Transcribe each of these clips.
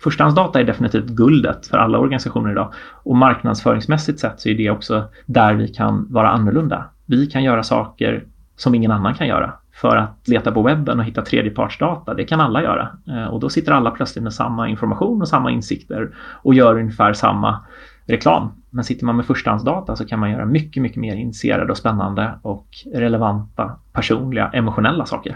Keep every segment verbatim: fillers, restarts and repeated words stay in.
Förstahandsdata är definitivt guldet för alla organisationer idag. Och marknadsföringsmässigt sett så är det också där vi kan vara annorlunda. Vi kan göra saker som ingen annan kan göra. För att leta på webben och hitta tredjepartsdata, det kan alla göra. Och då sitter alla plötsligt med samma information och samma insikter och gör ungefär samma reklam. Men sitter man med förstahandsdata så kan man göra mycket, mycket mer initierade och spännande och relevanta, personliga, emotionella saker.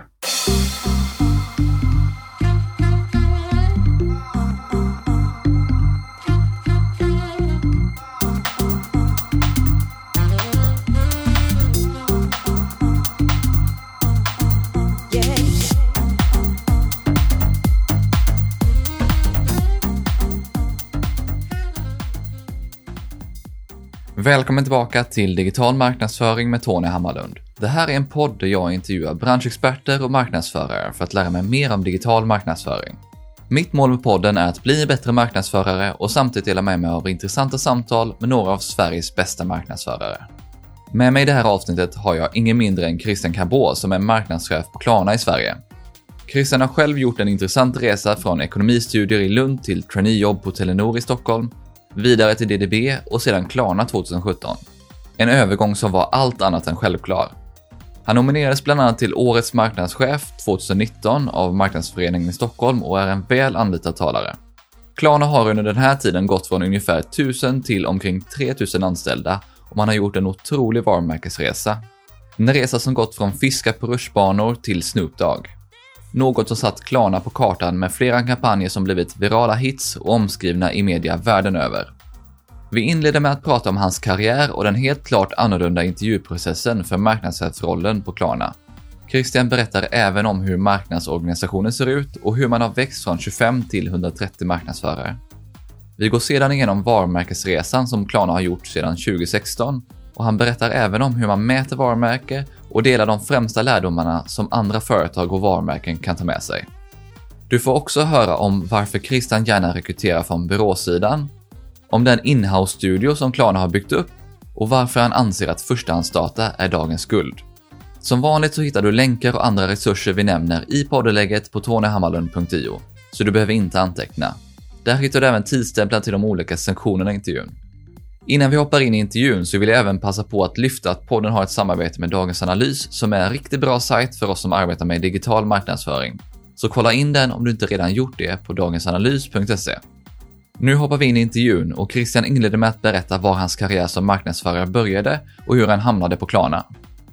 Välkommen tillbaka till Digital marknadsföring med Tony Hammarlund. Det här är en podd där jag intervjuar branschexperter och marknadsförare för att lära mig mer om digital marknadsföring. Mitt mål med podden är att bli en bättre marknadsförare och samtidigt dela med mig av intressanta samtal med några av Sveriges bästa marknadsförare. Med mig i det här avsnittet har jag ingen mindre än Christian Cabot som är marknadschef på Klarna i Sverige. Christian har själv gjort en intressant resa från ekonomistudier i Lund till traineejobb på Telenor i Stockholm, vidare till D D B och sedan Klarna tjugohundrasjutton. En övergång som var allt annat än självklar. Han nominerades bland annat till Årets marknadschef tjugonitton av Marknadsföreningen i Stockholm och är en väl anlitad talare. Klarna har under den här tiden gått från ungefär tusen till omkring tre tusen anställda och man har gjort en otrolig varumärkesresa. En resa som gått från fiska på rutschbanor till Snoop Dogg. Något som satt Klarna på kartan med flera kampanjer som blivit virala hits och omskrivna i media världen över. Vi inleder med att prata om hans karriär och den helt klart annorlunda intervjuprocessen för marknadschefsrollen på Klarna. Christian berättar även om hur marknadsorganisationen ser ut och hur man har växt från tjugofem till hundratrettio marknadsförare. Vi går sedan igenom varumärkesresan som Klarna har gjort sedan tjugohundrasexton och han berättar även om hur man mäter varumärke och delar de främsta lärdomarna som andra företag och varumärken kan ta med sig. Du får också höra om varför Christian gärna rekryterar från byråsidan, om den in-house-studio som Klarna har byggt upp och varför han anser att förstahandsdata är dagens guld. Som vanligt så hittar du länkar och andra resurser vi nämner i poddelägget på tony hammarlund punkt io, så du behöver inte anteckna. Där hittar du även tidsstämplar till de olika sektionerna i intervjun. Innan vi hoppar in i intervjun så vill jag även passa på att lyfta att podden har ett samarbete med Dagens Analys som är en riktigt bra sajt för oss som arbetar med digital marknadsföring. Så kolla in den om du inte redan gjort det på dagensanalys punkt se. Nu hoppar vi in i intervjun och Christian inledde med att berätta var hans karriär som marknadsförare började och hur han hamnade på Klarna.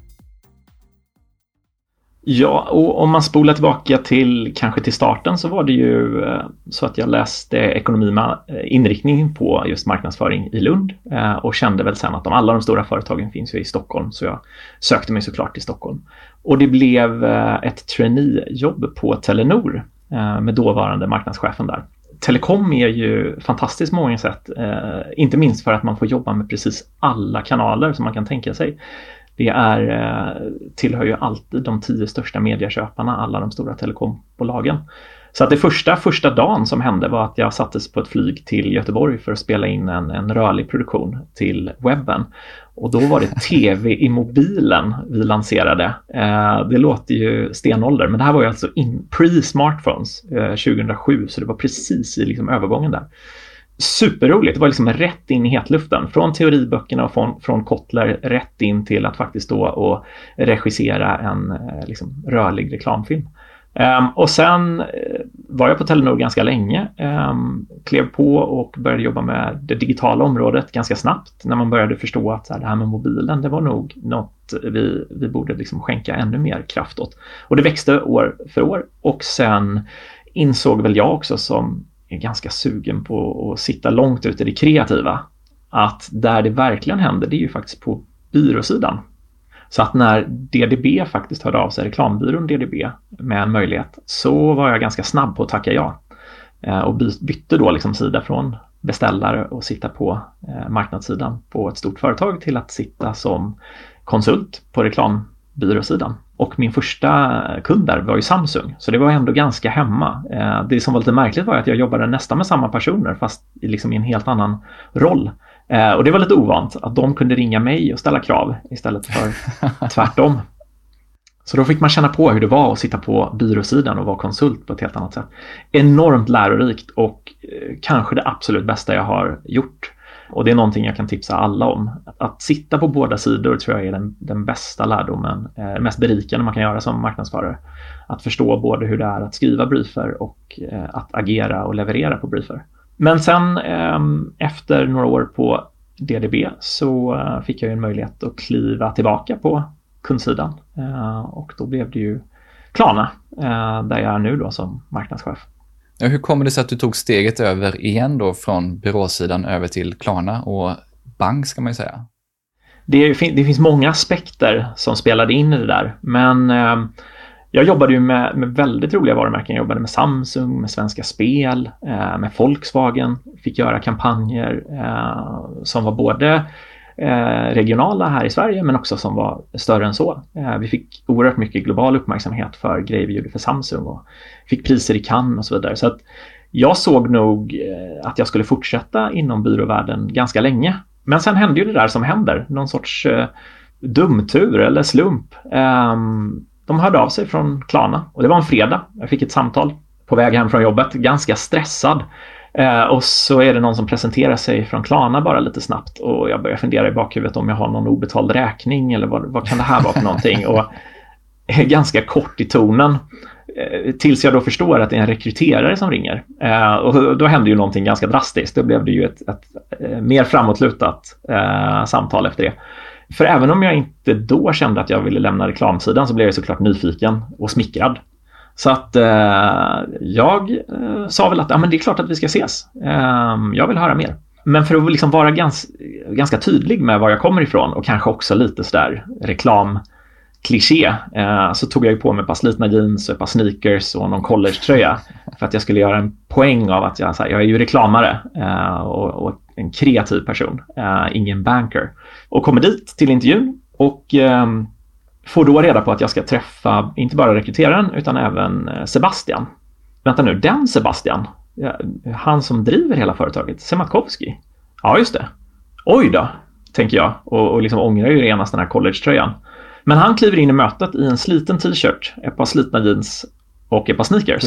Ja, och om man spolar tillbaka till kanske till starten så var det ju så att jag läste ekonomi med inriktning på just marknadsföring i Lund och kände väl sen att de, alla de stora företagen finns ju i Stockholm, så jag sökte mig såklart till Stockholm. Och det blev ett traineejobb på Telenor med dåvarande marknadschefen där. Telekom är ju fantastiskt på många sätt, inte minst för att man får jobba med precis alla kanaler som man kan tänka sig. Det är, tillhör ju alltid de tio största medieköparna, alla de stora telekombolagen. Så att det första, första dagen som hände var att jag sattes på ett flyg till Göteborg för att spela in en, en rörlig produktion till webben. Och då var det tv i mobilen vi lanserade. Eh, det låter ju stenålder, men det här var ju alltså in, pre-smartphones eh, tjugohundrasju, så det var precis i liksom övergången där. Superroligt, det var liksom rätt in i hetluften. Från teoriböckerna och från, från Kotler rätt in till att faktiskt stå och regissera en liksom, rörlig reklamfilm. Um, och sen uh, var jag på Telenor ganska länge, um, klev på och började jobba med det digitala området ganska snabbt när man började förstå att så här, det här med mobilen, det var nog något vi, vi borde liksom skänka ännu mer kraft åt. Och det växte år för år och sen insåg väl jag också som är ganska sugen på att sitta långt ute i det kreativa, att där det verkligen händer, det är ju faktiskt på byråsidan. Så att när D D B faktiskt hörde av sig, reklambyrån D D B, med en möjlighet, så var jag ganska snabb på att tacka ja. Och bytte då liksom sida från beställare och sitta på marknadssidan på ett stort företag till att sitta som konsult på reklambyråsidan. Och min första kund där var ju Samsung, så det var ändå ganska hemma. Det som var lite märkligt var att jag jobbade nästan med samma personer fast liksom i en helt annan roll. Och det var lite ovant att de kunde ringa mig och ställa krav istället för tvärtom. Så då fick man känna på hur det var att sitta på byråsidan och vara konsult på ett helt annat sätt. Enormt lärorikt och eh, kanske det absolut bästa jag har gjort. Och det är någonting jag kan tipsa alla om. Att sitta på båda sidor tror jag är den, den bästa lärdomen, eh, mest berikande man kan göra som marknadsförare. Att förstå både hur det är att skriva briefer och eh, att agera och leverera på briefer. Men sen eh, efter några år på D D B så eh, fick jag en möjlighet att kliva tillbaka på kundsidan. Eh, och då blev det ju Klarna, eh, där jag är nu då som marknadschef. Ja, hur kommer det sig att du tog steget över igen då från byråsidan över till Klarna och bank ska man ju säga? Det, det finns många aspekter som spelade in i det där. Men eh, jag jobbade ju med, med väldigt roliga varumärken. Jag jobbade med Samsung, med Svenska Spel, eh, med Volkswagen. Fick göra kampanjer eh, som var både eh, regionala här i Sverige men också som var större än så. Eh, vi fick oerhört mycket global uppmärksamhet för grejer vi gjorde för Samsung och fick priser i Cannes och så vidare. Så att jag såg nog eh, att jag skulle fortsätta inom byråvärlden ganska länge. Men sen hände ju det där som händer. Någon sorts eh, dumtur eller slump. Eh, de hörde av sig från Klarna och det var en fredag. Jag fick ett samtal på väg hem från jobbet. Ganska stressad. Eh, och så är det någon som presenterar sig från Klarna bara lite snabbt. Och jag börjar fundera i bakhuvudet om jag har någon obetald räkning. Eller vad, vad kan det här vara för någonting? Och är ganska kort i tonen. Eh, tills jag då förstår att det är en rekryterare som ringer. Eh, och då hände ju någonting ganska drastiskt. Då blev det ju ett, ett, ett mer framåtlutat eh, samtal efter det. För även om jag inte då kände att jag ville lämna reklamsidan så blev jag såklart nyfiken och smickrad. Så att eh, jag eh, sa väl att ja, men det är klart att vi ska ses. Eh, jag vill höra mer. Men för att liksom vara gans, ganska tydlig med var jag kommer ifrån och kanske också lite sådär reklamkliché eh, så tog jag ju på mig ett par slitna jeans och ett par sneakers och någon collegetröja för att jag skulle göra en poäng av att jag, så här, jag är ju reklamare eh, och, och en kreativ person, eh, ingen banker. Och kommer dit till intervjun och eh, får då reda på att jag ska träffa inte bara rekryteraren utan även Sebastian. Vänta nu, den Sebastian, han som driver hela företaget, Sematkovski. Ja, just det. Oj då, tänker jag och, och liksom ångrar ju genast den här collegetröjan. Men han kliver in i mötet i en sliten t-shirt, ett par slitna jeans och ett par sneakers.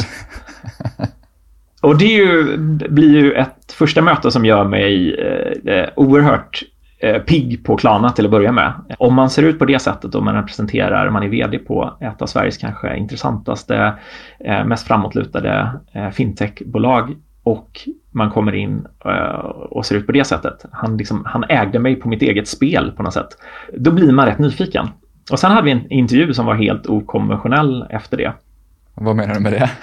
Och det är ju, blir ju ett första möte som gör mig eh, oerhört pigg på Klarna till att börja med. Om man ser ut på det sättet och man representerar, man är vd på ett av Sveriges kanske intressantaste, mest framåtlutade fintechbolag och man kommer in och ser ut på det sättet. Han, liksom, han ägde mig på mitt eget spel på något sätt. Då blir man rätt nyfiken. Och sen hade vi en intervju som var helt okonventionell efter det. Vad menar du med det?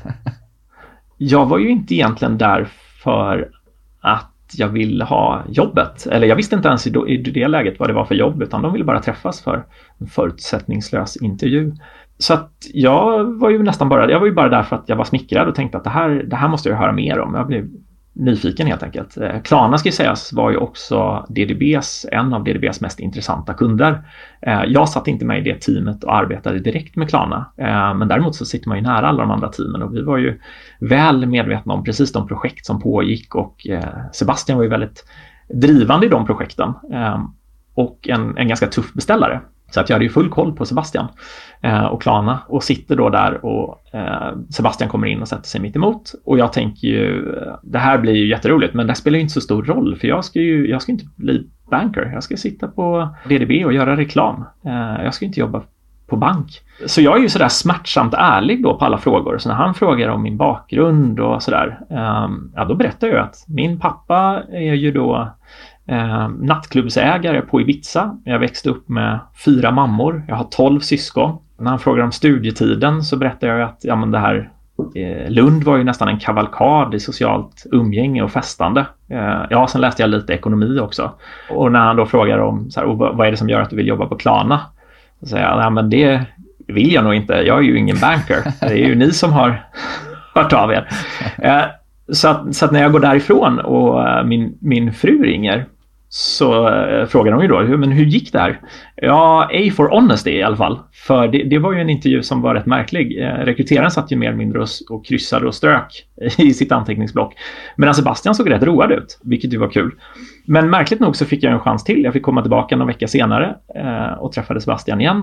Jag var ju inte egentligen där för att jag ville ha jobbet. Eller jag visste inte ens i det läget vad det var för jobb utan de ville bara träffas för en förutsättningslös intervju. Så att jag var ju nästan bara, jag var ju bara där för att jag var smickrad och tänkte att det här, det här måste jag höra mer om. Jag blev nyfiken helt enkelt. Klarna ska ju sägas var ju också D D B:s, en av D D B:s mest intressanta kunder. Jag satt inte med i det teamet och arbetade direkt med Klarna. Men däremot så sitter man ju nära alla de andra teamen och vi var ju väl medvetna om precis de projekt som pågick och Sebastian var ju väldigt drivande i de projekten och en, en ganska tuff beställare. Så att jag hade ju full koll på Sebastian eh, och Klarna och sitter då där och eh, Sebastian kommer in och sätter sig mitt emot. Och jag tänker ju, det här blir ju jätteroligt men det spelar ju inte så stor roll för jag ska ju jag ska inte bli banker. Jag ska sitta på D D B och göra reklam. Eh, jag ska inte jobba på bank. Så jag är ju sådär smärtsamt ärlig då på alla frågor. Så när han frågar om min bakgrund och sådär, eh, ja då berättar jag att min pappa är ju då Eh, nattklubbsägare på Ibiza. Jag växte upp med fyra mammor. Jag har tolv syskon. När han frågar om studietiden så berättar jag att ja, men det här eh, Lund var ju nästan en kavalkad i socialt umgänge och festande. Eh, ja, sen läste jag lite ekonomi också. Och när han då frågar om så här, vad är det som gör att du vill jobba på Klarna? Så säger jag, nej men det vill jag nog inte. Jag är ju ingen banker. Det är ju ni som har hört av er. Eh, Så att, så att när jag går därifrån och min, min fru ringer så äh, frågar de ju då, men hur gick det här? Ja, A for honesty i alla fall. För det, det var ju en intervju som var rätt märklig. Eh, rekryteraren satt ju mer eller mindre och, och kryssade och strök i sitt anteckningsblock. Medan Sebastian såg rätt road ut, vilket ju var kul. Men märkligt nog så fick jag en chans till. Jag fick komma tillbaka någon vecka senare eh, och träffade Sebastian igen.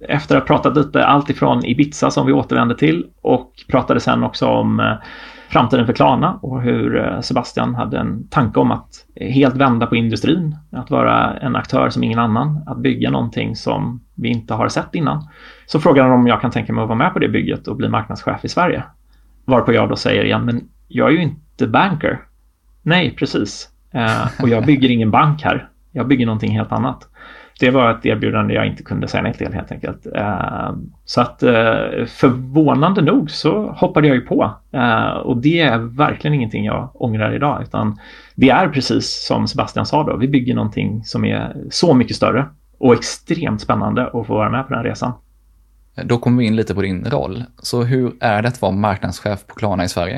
efter att ha pratat lite allt ifrån Ibiza som vi återvände till och pratade sen också om framtiden för Klarna och hur Sebastian hade en tanke om att helt vända på industrin, att vara en aktör som ingen annan, att bygga någonting som vi inte har sett innan. Så frågar han om jag kan tänka mig att vara med på det bygget och bli marknadschef i Sverige. Varpå jag då säger igen, men jag är ju inte banker. Nej, precis. Eh, och jag bygger ingen bank här. Jag bygger någonting helt annat. Det var ett erbjudande jag inte kunde säga nej till helt enkelt. Eh, så att eh, förvånande nog så hoppade jag ju på. Eh, och det är verkligen ingenting jag ångrar idag. Utan det är precis som Sebastian sa då. Vi bygger någonting som är så mycket större och extremt spännande att få vara med på den resan. Då kommer vi in lite på din roll. Så hur är det att vara marknadschef på Klarna i Sverige?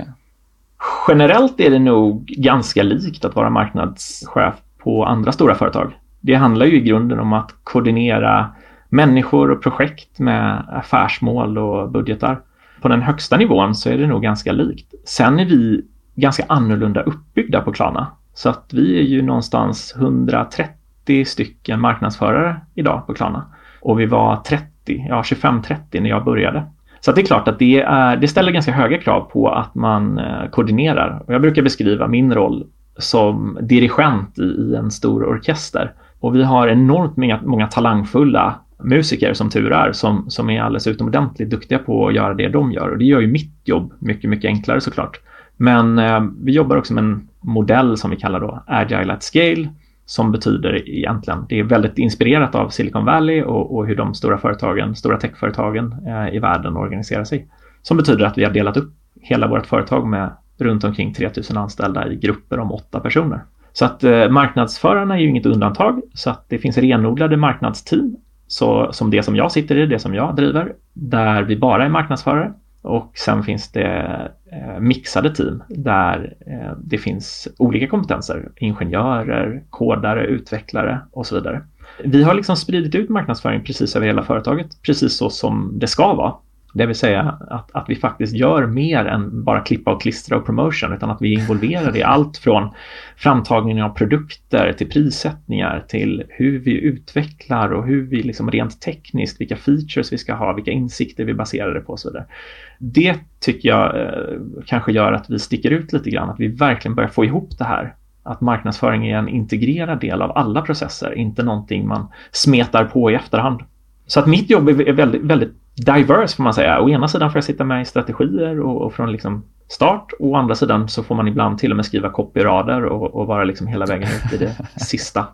Generellt är det nog ganska likt att vara marknadschef på andra stora företag. Det handlar ju i grunden om att koordinera människor och projekt med affärsmål och budgetar. På den högsta nivån så är det nog ganska likt. Sen är vi ganska annorlunda uppbyggda på Klarna. Så att vi är ju någonstans hundratrettio stycken marknadsförare idag på Klarna. Och vi var trettio, ja tjugofem trettio när jag började. Så att det är klart att det, är, det ställer ganska höga krav på att man eh, koordinerar. Och jag brukar beskriva min roll som dirigent i, i en stor orkester. Och vi har enormt många, många talangfulla musiker som tur är som, som är alldeles utomordentligt duktiga på att göra det de gör. Och det gör ju mitt jobb mycket, mycket enklare såklart. Men eh, vi jobbar också med en modell som vi kallar då Agile at Scale. Som betyder egentligen, det är väldigt inspirerat av Silicon Valley och, och hur de stora företagen, stora techföretagen eh, i världen organiserar sig. Som betyder att vi har delat upp hela vårt företag med runt omkring tre tusen anställda i grupper om åtta personer. Så att eh, marknadsförarna är ju inget undantag, så att det finns renodlade marknadsteam så, som det som jag sitter i, det som jag driver, där vi bara är marknadsförare. Och sen finns det eh, mixade team där eh, det finns olika kompetenser, ingenjörer, kodare, utvecklare och så vidare. Vi har liksom spridit ut marknadsföring precis över hela företaget, precis så som det ska vara. Det vill säga att, att vi faktiskt gör mer än bara klippa och klistra och promotion, utan att vi involverar i allt från framtagningen av produkter till prissättningar till hur vi utvecklar och hur vi liksom rent tekniskt, vilka features vi ska ha, vilka insikter vi baserar det på och så vidare. Det tycker jag eh, kanske gör att vi sticker ut lite grann, att vi verkligen börjar få ihop det här. Att marknadsföring är en integrerad del av alla processer, inte någonting man smetar på i efterhand. Så att mitt jobb är väldigt, väldigt diverse får man säga. Å ena sidan får jag sitta med i strategier och, och från liksom start. Och å andra sidan så får man ibland till och med skriva copyrader och, och vara liksom hela vägen ut i det sista.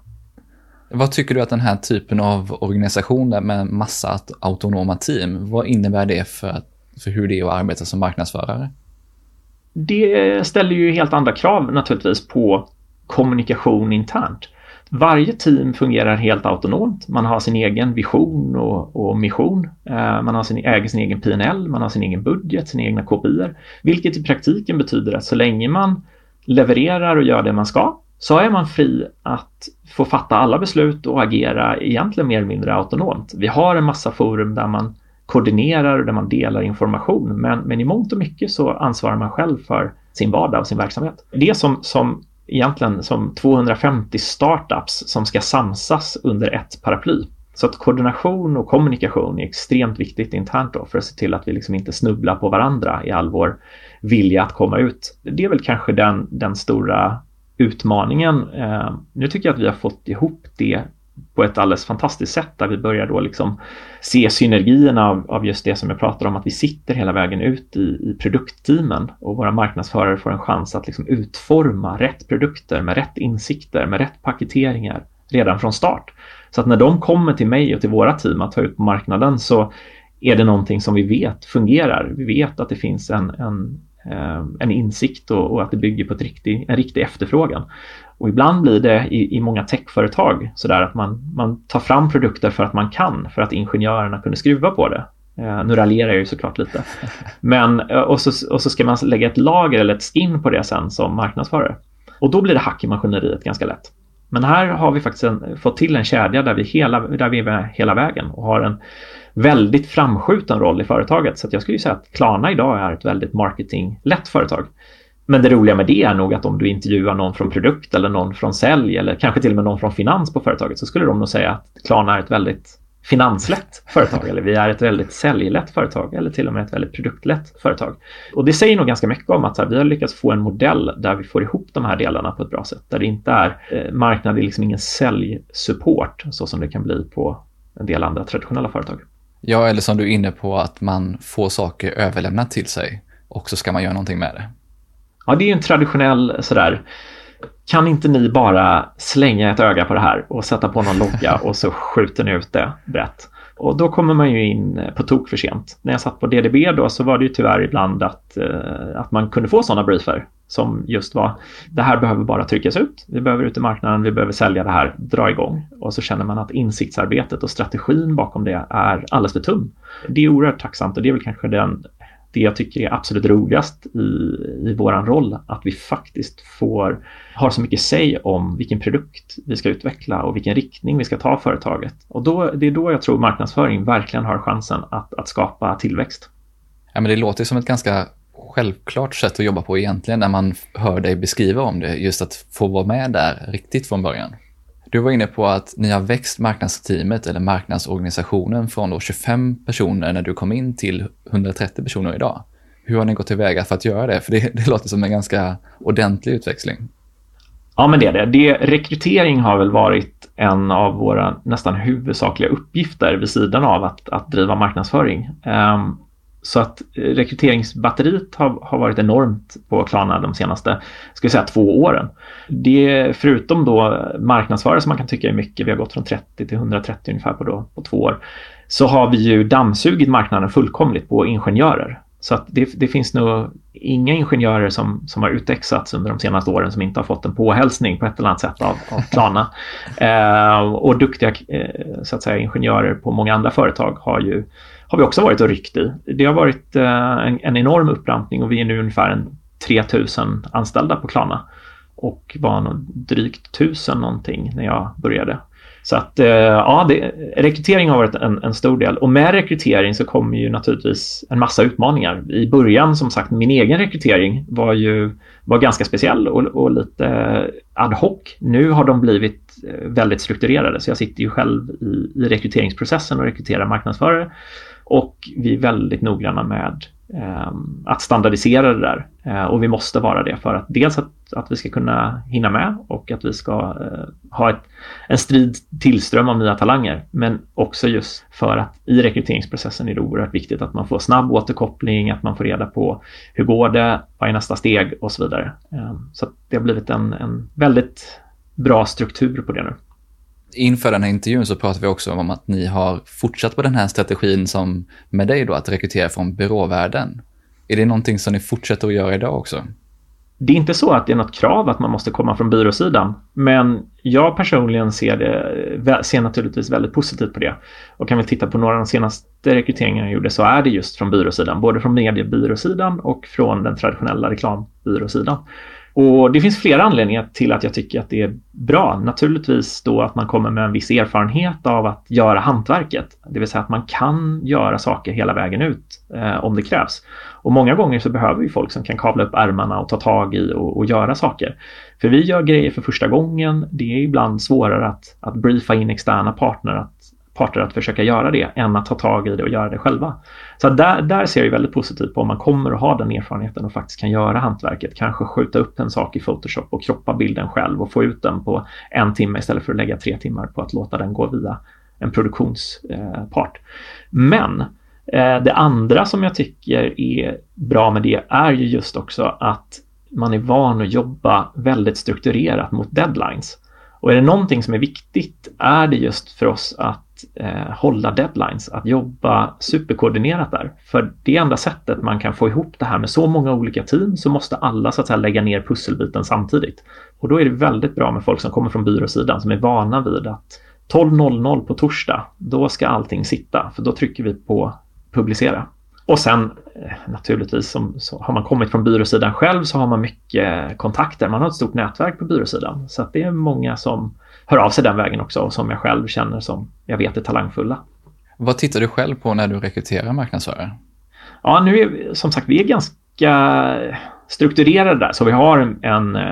Vad tycker du att den här typen av organisationer med massa autonoma team, vad innebär det för, att, för hur det är att arbeta som marknadsförare? Det ställer ju helt andra krav naturligtvis på kommunikation internt. Varje team fungerar helt autonomt. Man har sin egen vision och, och mission. Eh, man har sin, äger sin egen P and L, man har sin egen budget, sina egna K P I:er. Vilket i praktiken betyder att så länge man levererar och gör det man ska, så är man fri att få fatta alla beslut och agera egentligen mer eller mindre autonomt. Vi har en massa forum där man koordinerar och där man delar information. Men, men i mångt och mycket så ansvarar man själv för sin vardag och sin verksamhet. Det som... som egentligen som tvåhundrafemtio startups som ska samsas under ett paraply. Så att koordination och kommunikation är extremt viktigt internt då för att se till att vi liksom inte snubblar på varandra i all vår vilja att komma ut. Det är väl kanske den, den stora utmaningen. Eh, nu tycker jag att vi har fått ihop det på ett alldeles fantastiskt sätt där vi börjar då liksom se synergierna av, av just det som jag pratar om, att vi sitter hela vägen ut i, i produktteamen och våra marknadsförare får en chans att liksom utforma rätt produkter med rätt insikter, med rätt paketeringar redan från start. Så att när de kommer till mig och till våra team att ta ut på marknaden så är det någonting som vi vet fungerar. Vi vet att det finns en, en, en insikt och, och att det bygger på ett riktig, en riktig efterfrågan. Och ibland blir det i, i många techföretag så där att man, man tar fram produkter för att man kan, för att ingenjörerna kunde skruva på det. Eh, nu raljerar jag ju såklart lite. Men, och, så, och så ska man lägga ett lager eller ett skin på det sen som marknadsförare. Och då blir det hack i maskineriet ganska lätt. Men här har vi faktiskt en, fått till en kedja där vi, hela, där vi är med hela vägen och har en väldigt framskjuten roll i företaget. Så att jag skulle säga att Klarna idag är ett väldigt marketinglätt företag. Men det roliga med det är nog att om du intervjuar någon från produkt eller någon från sälj eller kanske till och med någon från finans på företaget så skulle de nog säga att Klarna är ett väldigt finanslätt företag, eller vi är ett väldigt säljlätt företag, eller till och med ett väldigt produktlätt företag. Och det säger nog ganska mycket om att så här, vi har lyckats få en modell där vi får ihop de här delarna på ett bra sätt, där det inte är eh, marknad, är liksom ingen säljsupport så som det kan bli på en del andra traditionella företag. Ja, eller som du är inne på, att man får saker överlämnat till sig och så ska man göra någonting med det. Ja, det är ju en traditionell sådär, kan inte ni bara slänga ett öga på det här och sätta på någon logga och så skjuter ni ut det brett. Och då kommer man ju in på tok för sent. När jag satt på D D B då så var det ju tyvärr ibland att, eh, att man kunde få sådana briefer som just var, det här behöver bara tryckas ut. Vi behöver ut i marknaden, vi behöver sälja det här, dra igång. Och så känner man att insiktsarbetet och strategin bakom det är alldeles för tum. Det är oerhört tacksamt och det är väl kanske den, det jag tycker är absolut roligast i, i våran roll, att vi faktiskt får har så mycket säg om vilken produkt vi ska utveckla och vilken riktning vi ska ta företaget. Och då, det är då jag tror marknadsföring verkligen har chansen att, att skapa tillväxt. Ja, men det låter som ett ganska självklart sätt att jobba på egentligen när man hör dig beskriva om det, just att få vara med där riktigt från början. Du var inne på att ni har växt marknadsteamet eller marknadsorganisationen från då tjugofem personer när du kom in till hundratrettio personer idag. Hur har ni gått tillväga för att göra det? För det, det låter som en ganska ordentlig utväxling. Ja, men det är det. det. Rekrytering har väl varit en av våra nästan huvudsakliga uppgifter vid sidan av att, att driva marknadsföring. Um, så att rekryteringsbatteriet har, har varit enormt på Klarna de senaste, ska jag säga, två åren. Det, förutom då marknadsförare som man kan tycka är mycket, vi har gått från trettio till hundratrettio ungefär på, då, på två år, så har vi ju dammsugit marknaden fullkomligt på ingenjörer. Så att det, det finns nog inga ingenjörer som, som har utexats under de senaste åren som inte har fått en påhälsning på ett eller annat sätt av, av Klarna. eh, och duktiga eh, så att säga, ingenjörer på många andra företag har, ju, har vi också varit och ryckt i. Det har varit eh, en, en enorm upprampning och vi är nu ungefär en tre tusen anställda på Klarna. Och var nog drygt tusen någonting när jag började. Så att ja, det, rekrytering har varit en, en stor del. Och med rekrytering så kommer ju naturligtvis en massa utmaningar. I början, som sagt, min egen rekrytering var ju var ganska speciell och, och lite ad hoc. Nu har de blivit väldigt strukturerade. Så jag sitter ju själv i, i rekryteringsprocessen och rekryterar marknadsförare. Och vi är väldigt noggranna med eh, att standardisera det där. Eh, och vi måste vara det för att dels att, att vi ska kunna hinna med och att vi ska eh, ha ett, en strid tillström av nya talanger. Men också just för att i rekryteringsprocessen är det oerhört viktigt att man får snabb återkoppling, att man får reda på hur går det, vad är nästa steg och så vidare. Eh, så att det har blivit en, en väldigt bra struktur på det nu. Inför den här intervjun så pratar vi också om att ni har fortsatt på den här strategin som med dig då, att rekrytera från byråvärlden. Är det någonting som ni fortsätter att göra idag också? Det är inte så att det är något krav att man måste komma från byråsidan, men jag personligen ser, det, ser naturligtvis väldigt positivt på det. Och kan vi titta på några av de senaste rekryteringarna jag gjorde, så är det just från byråsidan, både från mediebyråsidan och från den traditionella reklambyråsidan. Och det finns flera anledningar till att jag tycker att det är bra. Naturligtvis då att man kommer med en viss erfarenhet av att göra hantverket. Det vill säga att man kan göra saker hela vägen ut eh, om det krävs. Och många gånger så behöver vi folk som kan kavla upp ärmarna och ta tag i och, och göra saker. För vi gör grejer för första gången. Det är ibland svårare att, att briefa in externa partner att parter att försöka göra det än att ta tag i det och göra det själva. Så där, där ser jag väldigt positivt på om man kommer att ha den erfarenheten och faktiskt kan göra hantverket. Kanske skjuta upp en sak i Photoshop och kroppa bilden själv och få ut den på en timme istället för att lägga tre timmar på att låta den gå via en produktionspart. Men eh, det andra som jag tycker är bra med det är ju just också att man är van att jobba väldigt strukturerat mot deadlines. Och är det någonting som är viktigt är det just för oss att eh, hålla deadlines, att jobba superkoordinerat där. För det enda sättet man kan få ihop det här med så många olika team, så måste alla så att säga lägga ner pusselbiten samtidigt. Och då är det väldigt bra med folk som kommer från byråsidan som är vana vid att tolv noll noll på torsdag, då ska allting sitta, för då trycker vi på publicera. Och sen naturligtvis som, så har man kommit från byråsidan själv så har man mycket kontakter. Man har ett stort nätverk på byråsidan. Så att det är många som hör av sig den vägen också och som jag själv känner som jag vet är talangfulla. Vad tittar du själv på när du rekryterar marknadsförare? Ja, nu är som sagt vi är ganska strukturerade där. Så vi har en,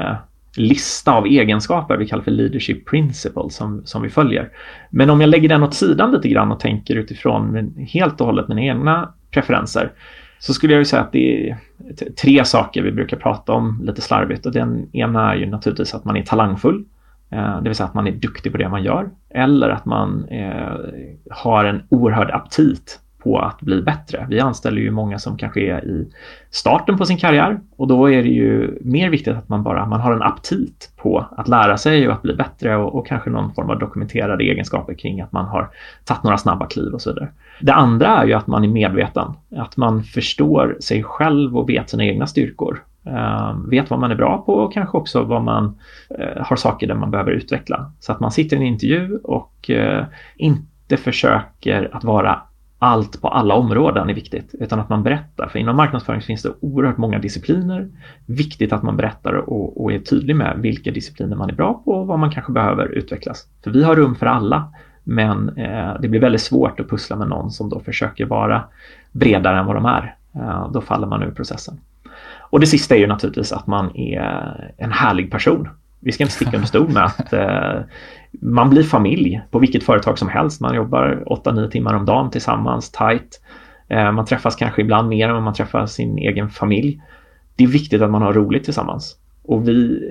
lista av egenskaper vi kallar för leadership principles som, som vi följer. Men om jag lägger den åt sidan lite grann och tänker utifrån helt och hållet mina egna preferenser, så skulle jag ju säga att det är tre saker vi brukar prata om lite slarvigt. Och den ena är ju naturligtvis att man är talangfull. Det vill säga att man är duktig på det man gör. Eller att man eh, har en oerhörd aptit på att bli bättre. Vi anställer ju många som kanske är i starten på sin karriär. Och då är det ju mer viktigt att man bara man har en aptit på att lära sig och att bli bättre. Och, och kanske någon form av dokumenterade egenskaper kring att man har tagit några snabba kliv och så vidare. Det andra är ju att man är medveten. Att man förstår sig själv och vet sina egna styrkor. Uh, vet vad man är bra på och kanske också vad man uh, har saker där man behöver utveckla. Så att man sitter i en intervju och uh, inte försöker att vara allt på alla områden är viktigt, utan att man berättar. För inom marknadsföring finns det oerhört många discipliner. Viktigt att man berättar och, och är tydlig med vilka discipliner man är bra på och vad man kanske behöver utvecklas. För vi har rum för alla, men uh, det blir väldigt svårt att pussla med någon som då försöker vara bredare än vad de är. Uh, då faller man ur processen. Och det sista är ju naturligtvis att man är en härlig person. Vi ska inte sticka under stol med att eh, man blir familj på vilket företag som helst. Man jobbar åtta nio timmar om dagen tillsammans, tight. Eh, man träffas kanske ibland mer än man träffar sin egen familj. Det är viktigt att man har roligt tillsammans. Och vi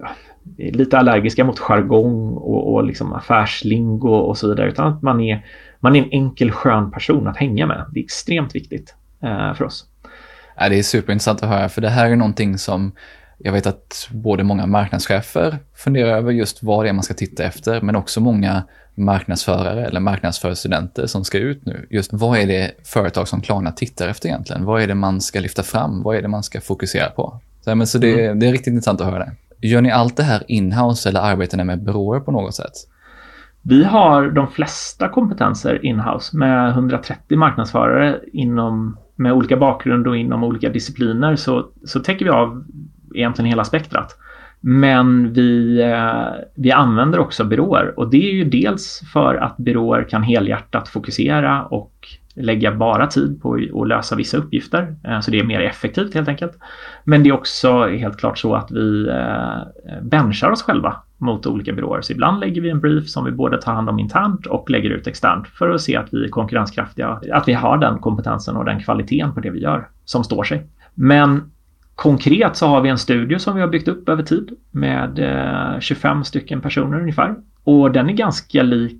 är lite allergiska mot jargong och, och liksom affärslingo och så vidare. Utan att man är, man är en enkel, skön person att hänga med. Det är extremt viktigt eh, för oss. Ja, det är superintressant att höra, för det här är någonting som jag vet att både många marknadschefer funderar över just vad det är man ska titta efter, men också många marknadsförare eller marknadsförarstudenter som ska ut nu. Just vad är det företag som Klarna tittar efter egentligen? Vad är det man ska lyfta fram? Vad är det man ska fokusera på? Så, men, så det, mm. det är riktigt intressant att höra det. Gör ni allt det här in-house eller arbetar ni med byråer på något sätt? Vi har de flesta kompetenser in-house med hundratrettio marknadsförare inom, med olika bakgrund och inom olika discipliner, så, så täcker vi av egentligen hela spektrat. Men vi, vi använder också byråer, och det är ju dels för att byråer kan helhjärtat fokusera och lägga bara tid på att lösa vissa uppgifter, så det är mer effektivt helt enkelt. Men det är också helt klart så att vi benchar oss själva mot olika byråer. Så ibland lägger vi en brief som vi både tar hand om internt och lägger ut externt för att se att vi är konkurrenskraftiga, att vi har den kompetensen och den kvaliteten på det vi gör som står sig. Men konkret så har vi en studio som vi har byggt upp över tid med tjugofem stycken personer ungefär. Och den är ganska lik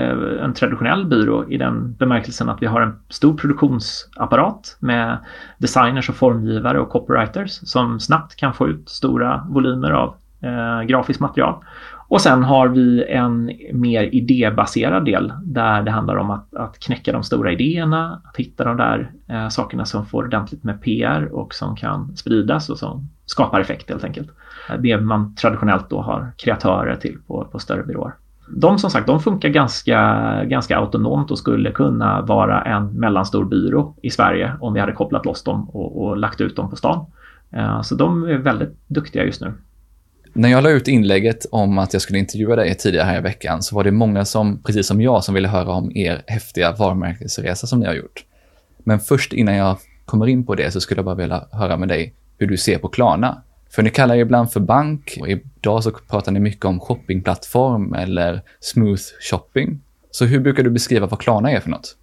en traditionell byrå i den bemärkelsen att vi har en stor produktionsapparat med designers och formgivare och copywriters som snabbt kan få ut stora volymer av eh, grafiskt material. Och sen har vi en mer idébaserad del där det handlar om att, att knäcka de stora idéerna, att hitta de där eh, sakerna som får ordentligt med P R och som kan spridas och som skapar effekt helt enkelt. Det man traditionellt då har kreatörer till på, på större byråer. De som sagt, de funkar ganska, ganska autonomt och skulle kunna vara en mellanstor byrå i Sverige om vi hade kopplat loss dem och, och lagt ut dem på stan. Så de är väldigt duktiga just nu. När jag la ut inlägget om att jag skulle intervjua dig tidigare här i veckan så var det många som, precis som jag, som ville höra om er häftiga varumärkesresa som ni har gjort. Men först innan jag kommer in på det så skulle jag bara vilja höra med dig hur du ser på Klarna. För ni kallar er ibland för bank och idag så pratar ni mycket om shoppingplattform eller smooth shopping. Så hur brukar du beskriva vad Klarna är för något?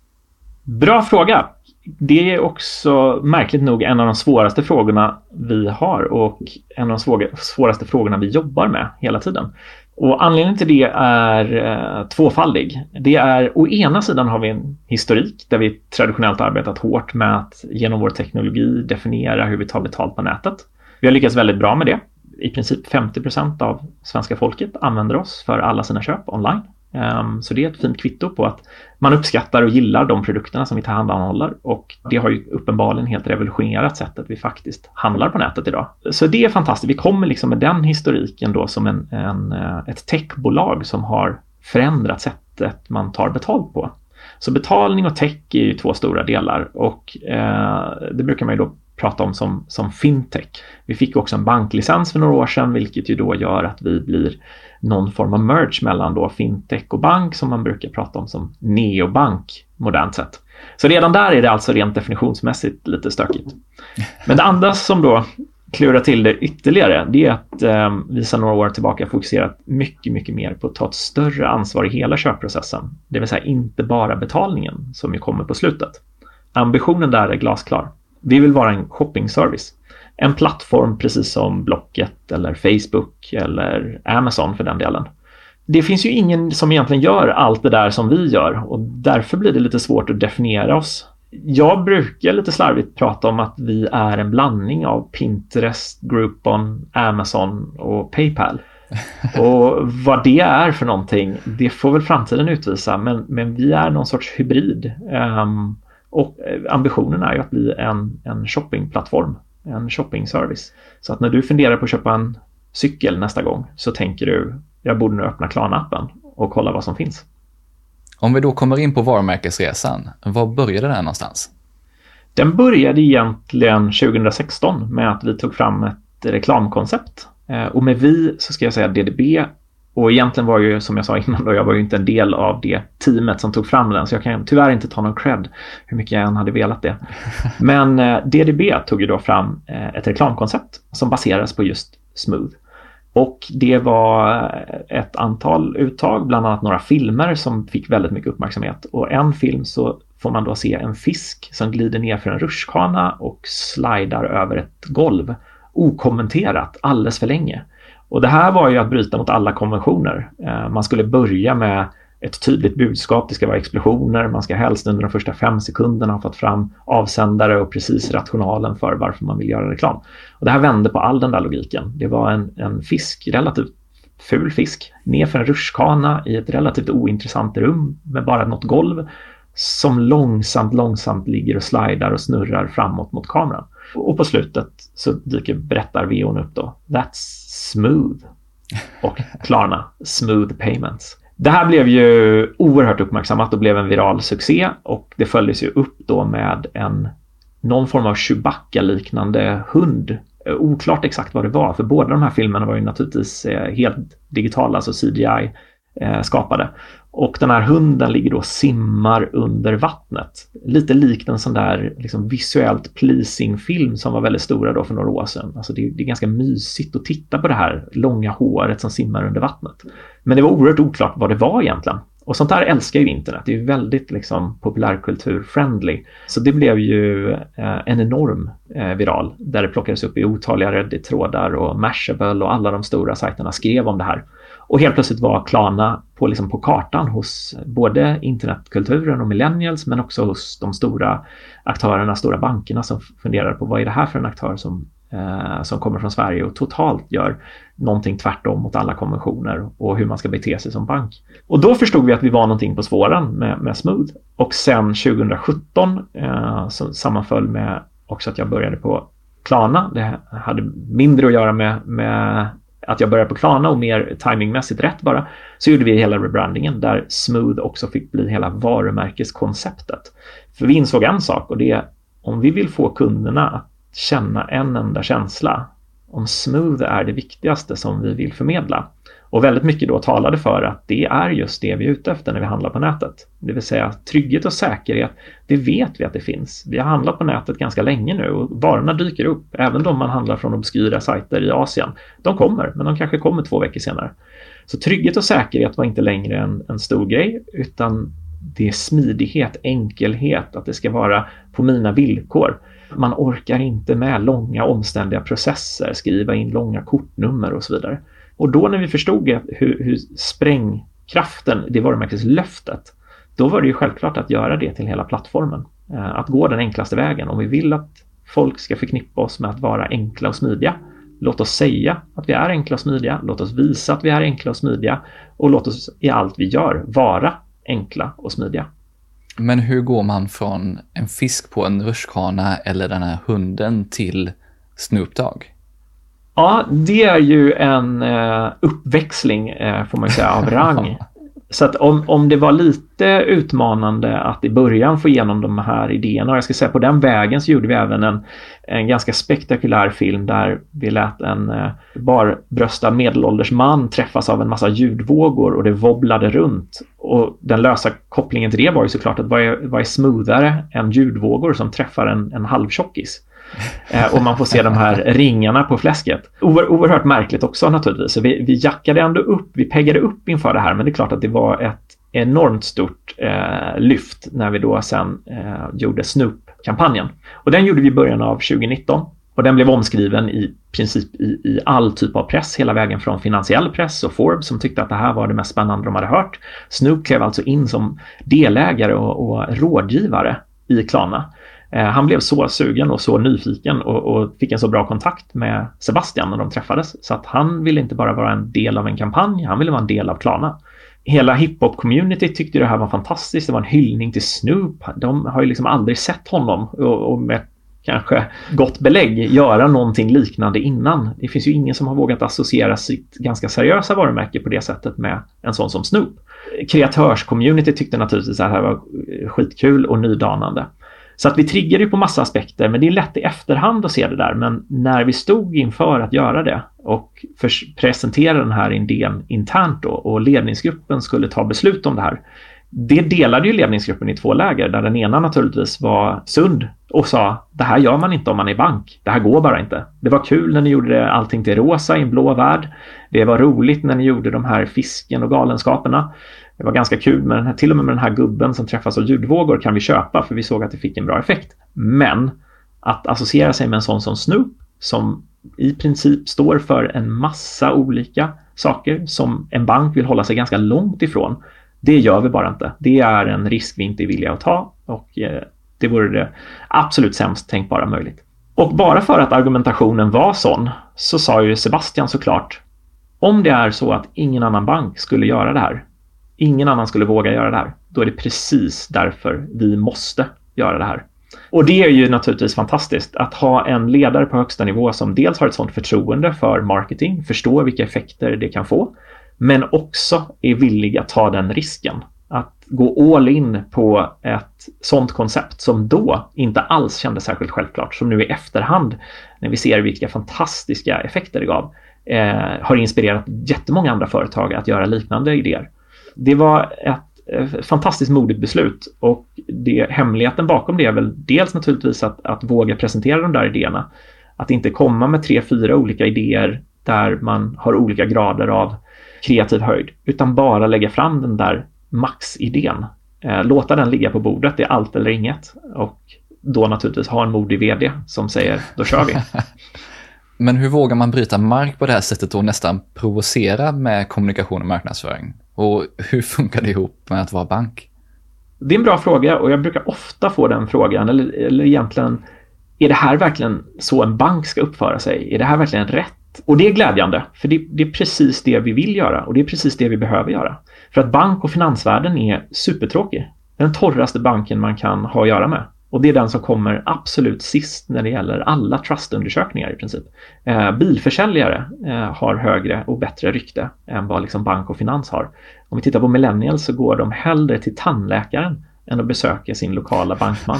Bra fråga. Det är också märkligt nog en av de svåraste frågorna vi har och en av de svåraste frågorna vi jobbar med hela tiden. Och anledningen till det är eh, tvåfaldig. Det är, å ena sidan har vi en historik där vi traditionellt arbetat hårt med att genom vår teknologi definiera hur vi tar betalt på nätet. Vi har lyckats väldigt bra med det. I princip femtio procent av svenska folket använder oss för alla sina köp online. Um, så det är ett fint kvitto på att man uppskattar och gillar de produkterna som vi tillhandahåller, och det har ju uppenbarligen helt revolutionerat sättet vi faktiskt handlar på nätet idag. Så det är fantastiskt. Vi kommer liksom med den historiken då som en, en, ett techbolag som har förändrat sättet man tar betalt på. Så betalning och tech är ju två stora delar, och eh, det brukar man ju då prata om som, som fintech. Vi fick också en banklicens för några år sedan, vilket ju då gör att vi blir någon form av merge mellan då fintech och bank, som man brukar prata om som neobank modernt sett. Så redan där är det alltså rent definitionsmässigt lite stökigt. Men det andra som då klura till det ytterligare, det är att eh, vi sedan några år tillbaka fokuserat mycket, mycket mer på att ta ett större ansvar i hela köpprocessen. Det vill säga inte bara betalningen som ju kommer på slutet. Ambitionen där är glasklar. Vi vill vara en shoppingservice. En plattform precis som Blocket eller Facebook eller Amazon för den delen. Det finns ju ingen som egentligen gör allt det där som vi gör och därför blir det lite svårt att definiera oss. Jag brukar lite slarvigt prata om att vi är en blandning av Pinterest, Groupon, Amazon och PayPal. Och vad det är för någonting, det får väl framtiden utvisa, men, men vi är någon sorts hybrid. Um, och ambitionen är ju att bli en, en shoppingplattform, en shoppingservice. Så att när du funderar på att köpa en cykel nästa gång så tänker du, jag borde nu öppna Klarna-appen och kolla vad som finns. Om vi då kommer in på varumärkesresan, var började den någonstans? Den började egentligen tjugo sexton med att vi tog fram ett reklamkoncept. Och med vi så ska jag säga D D B. Och egentligen var ju, som jag sa innan då, jag var ju inte en del av det teamet som tog fram den. Så jag kan tyvärr inte ta någon cred hur mycket jag än hade velat det. Men D D B tog ju då fram ett reklamkoncept som baseras på just Smooth. Och det var ett antal uttag, bland annat några filmer som fick väldigt mycket uppmärksamhet. Och en film så får man då se en fisk som glider ner för en rutschkana och slidar över ett golv. Okommenterat, alldeles för länge. Och det här var ju att bryta mot alla konventioner. Man skulle börja med ett tydligt budskap, det ska vara explosioner, man ska helst under de första fem sekunderna ha fått fram avsändare och precis rationalen för varför man vill göra reklam. Och det här vände på all den där logiken. Det var en, en fisk, relativt ful fisk, ner för en rutschkana i ett relativt ointressant rum med bara något golv som långsamt, långsamt ligger och slidar och snurrar framåt mot kameran. Och på slutet så dyker berättar-V O:n upp då. That's smooth. Och Klarna, smooth payments. Det här blev ju oerhört uppmärksammat och blev en viral succé och det följdes ju upp då med en någon form av Chewbacca-liknande hund. Oklart exakt vad det var, för båda de här filmerna var ju naturligtvis helt digitala, alltså C G I skapade. Och den här hunden ligger då och simmar under vattnet. Lite likt en sån där liksom visuellt pleasing film som var väldigt stora då för några år sedan. Alltså det, det är ganska mysigt att titta på det här långa håret som simmar under vattnet. Men det var oerhört oklart vad det var egentligen. Och sånt här älskar ju internet. Det är ju väldigt liksom populärkultur-friendly. Så det blev ju eh, en enorm eh, viral där det plockades upp i otaliga Reddit-trådar och Mashable och alla de stora sajterna skrev om det här. Och helt plötsligt var Klarna på, liksom på kartan hos både internetkulturen och millennials men också hos de stora aktörerna, stora bankerna som funderar på vad är det här för en aktör som, eh, som kommer från Sverige och totalt gör någonting tvärtom mot alla konventioner och hur man ska bete sig som bank. Och då förstod vi att vi var någonting på spåren med, med Smooth. Och sen tjugo sjutton eh, så sammanföll med också att jag började på Klarna. Det hade mindre att göra med, med att jag började på Klarna och mer timingmässigt rätt bara, så gjorde vi hela rebrandingen där Smooth också fick bli hela varumärkeskonceptet. För vi insåg en sak och det är om vi vill få kunderna att känna en enda känsla, om Smooth är det viktigaste som vi vill förmedla. Och väldigt mycket då talade för att det är just det vi är ute efter när vi handlar på nätet. Det vill säga trygghet och säkerhet, det vet vi att det finns. Vi har handlat på nätet ganska länge nu och varorna dyker upp. Även om man handlar från obskyra sajter i Asien. De kommer, men de kanske kommer två veckor senare. Så trygghet och säkerhet var inte längre en, en stor grej, utan det är smidighet, enkelhet, att det ska vara på mina villkor. Man orkar inte med långa omständliga processer, skriva in långa kortnummer och så vidare. Och då när vi förstod hur, hur sprängkraften, det varumärkeslöftet, då var det ju självklart att göra det till hela plattformen. Att gå den enklaste vägen. Om vi vill att folk ska förknippa oss med att vara enkla och smidiga, låt oss säga att vi är enkla och smidiga, låt oss visa att vi är enkla och smidiga och låt oss i allt vi gör vara enkla och smidiga. Men hur går man från en fisk på en rutschkana eller den här hunden till Snoop Dogg? Ja, det är ju en eh, uppväxling eh, får man säga av rang. Så att om, om det var lite utmanande att i början få igenom de här idéerna, och jag ska säga på den vägen så gjorde vi även en, en ganska spektakulär film där vi lät en eh, barbröstad medelålders man träffas av en massa ljudvågor och det wobblade runt. Och den lösa kopplingen till det var ju såklart att vad är, vad är smoothare än ljudvågor som träffar en, en halvtjockis. Eh, och man får se de här ringarna på fläsket. Oer, oerhört märkligt också naturligtvis. Så vi, vi jackade ändå upp, vi peggade upp inför det här. Men det är klart att det var ett enormt stort eh, lyft när vi då sen eh, gjorde Snoop-kampanjen. Och den gjorde vi i början av tjugonitton. Och den blev omskriven i princip i, i all typ av press, hela vägen från finansiell press och Forbes som tyckte att det här var det mest spännande de hade hört. Snoop klev alltså in som delägare och, och rådgivare i Klarna. Eh, han blev så sugen och så nyfiken och, och fick en så bra kontakt med Sebastian när de träffades. Så att han ville inte bara vara en del av en kampanj, han ville vara en del av Klarna. Hela hiphop-community tyckte det här var fantastiskt. Det var en hyllning till Snoop. De har ju liksom aldrig sett honom och, och med kanske gott belägg göra någonting liknande innan. Det finns ju ingen som har vågat associera sitt ganska seriösa varumärke på det sättet med en sån som Snoop. Kreatörs-community tyckte naturligtvis att det här var skitkul och nydanande. Så att vi triggade ju på massa aspekter, men det är lätt i efterhand att se det där. Men när vi stod inför att göra det och presentera den här idén internt då, och ledningsgruppen skulle ta beslut om det här. Det delade ju ledningsgruppen i två läger, där den ena naturligtvis var sund och sa det här gör man inte om man är bank. Det här går bara inte. Det var kul när ni gjorde allting till rosa i en blå värld. Det var roligt när ni gjorde de här fisken och galenskaperna. Det var ganska kul med den här, till och med med den här gubben som träffas av ljudvågor kan vi köpa för vi såg att det fick en bra effekt. Men att associera sig med en sån som Snoop som i princip står för en massa olika saker som en bank vill hålla sig ganska långt ifrån. Det gör vi bara inte. Det är en risk vi inte är villiga att ta och eh, det vore det absolut sämst tänkbara möjligt. Och bara för att argumentationen var sån så sa ju Sebastian såklart om det är så att ingen annan bank skulle göra det här, ingen annan skulle våga göra det här, då är det precis därför vi måste göra det här. Och det är ju naturligtvis fantastiskt att ha en ledare på högsta nivå som dels har ett sånt förtroende för marketing, förstår vilka effekter det kan få, men också är villig att ta den risken. Att gå all in på ett sånt koncept som då inte alls kändes särskilt självklart. Som nu i efterhand, när vi ser vilka fantastiska effekter det gav, eh, har inspirerat jättemånga andra företag att göra liknande idéer. Det var ett eh, fantastiskt modigt beslut. Och det, hemligheten bakom det är väl dels naturligtvis att, att våga presentera de där idéerna. Att inte komma med tre, fyra olika idéer där man har olika grader av kreativ höjd, utan bara lägga fram den där maxidén. Eh, låta den ligga på bordet, det är allt eller inget. Och då naturligtvis ha en modig vd som säger, då kör vi. Men hur vågar man bryta mark på det här sättet och nästan provocera med kommunikation och marknadsföring? Och hur funkar det ihop med att vara bank? Det är en bra fråga och jag brukar ofta få den frågan. Eller, eller egentligen, är det här verkligen så en bank ska uppföra sig? Är det här verkligen rätt? Och det är glädjande, för det, det är precis det vi vill göra och det är precis det vi behöver göra. För att bank- och finansvärlden är supertråkig. Den torraste banken man kan ha att göra med. Och det är den som kommer absolut sist när det gäller alla trustundersökningar i princip. Eh, bilförsäljare eh, har högre och bättre rykte än vad liksom bank och finans har. Om vi tittar på millennials så går de hellre till tandläkaren än att besöka sin lokala bankman.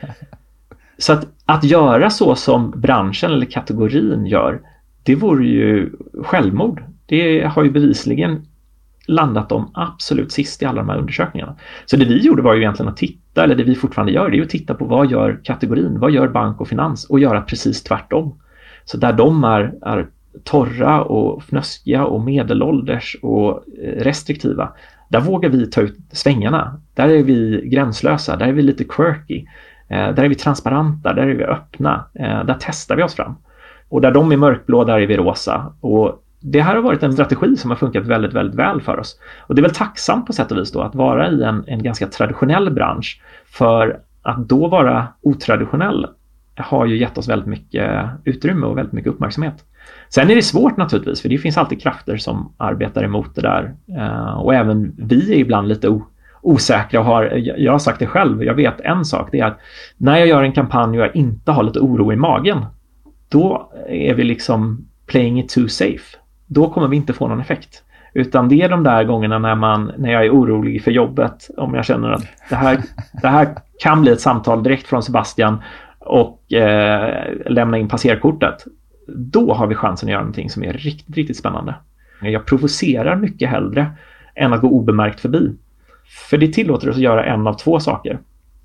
Så att, att göra så som branschen eller kategorin gör, det vore ju självmord. Det har ju bevisligen landat de absolut sist i alla de här undersökningarna. Så det vi gjorde var ju egentligen att titta, eller det vi fortfarande gör, det är ju att titta på vad gör kategorin, vad gör bank och finans och göra precis tvärtom. Så där de är, är torra och fnöskiga och medelålders och restriktiva, där vågar vi ta ut svängarna. Där är vi gränslösa, där är vi lite quirky, där är vi transparenta, där är vi öppna, där testar vi oss fram. Och där de är mörkblå, där är vi rosa. Och det här har varit en strategi som har funkat väldigt, väldigt väl för oss. Och det är väl tacksamt på sätt och vis då att vara i en, en ganska traditionell bransch. För att då vara otraditionell har ju gett oss väldigt mycket utrymme och väldigt mycket uppmärksamhet. Sen är det svårt naturligtvis, för det finns alltid krafter som arbetar emot det där. Och även vi är ibland lite o- osäkra och har, jag har sagt det själv, jag vet en sak, det är att när jag gör en kampanj och jag inte har lite oro i magen, då är vi liksom playing it too safe. Då kommer vi inte få någon effekt. Utan det är de där gångerna när, man, när jag är orolig för jobbet, om jag känner att det här, det här kan bli ett samtal direkt från Sebastian och eh, lämna in passerkortet. Då har vi chansen att göra någonting som är riktigt, riktigt spännande. Jag provocerar mycket hellre än att gå obemärkt förbi. För det tillåter oss att göra en av två saker.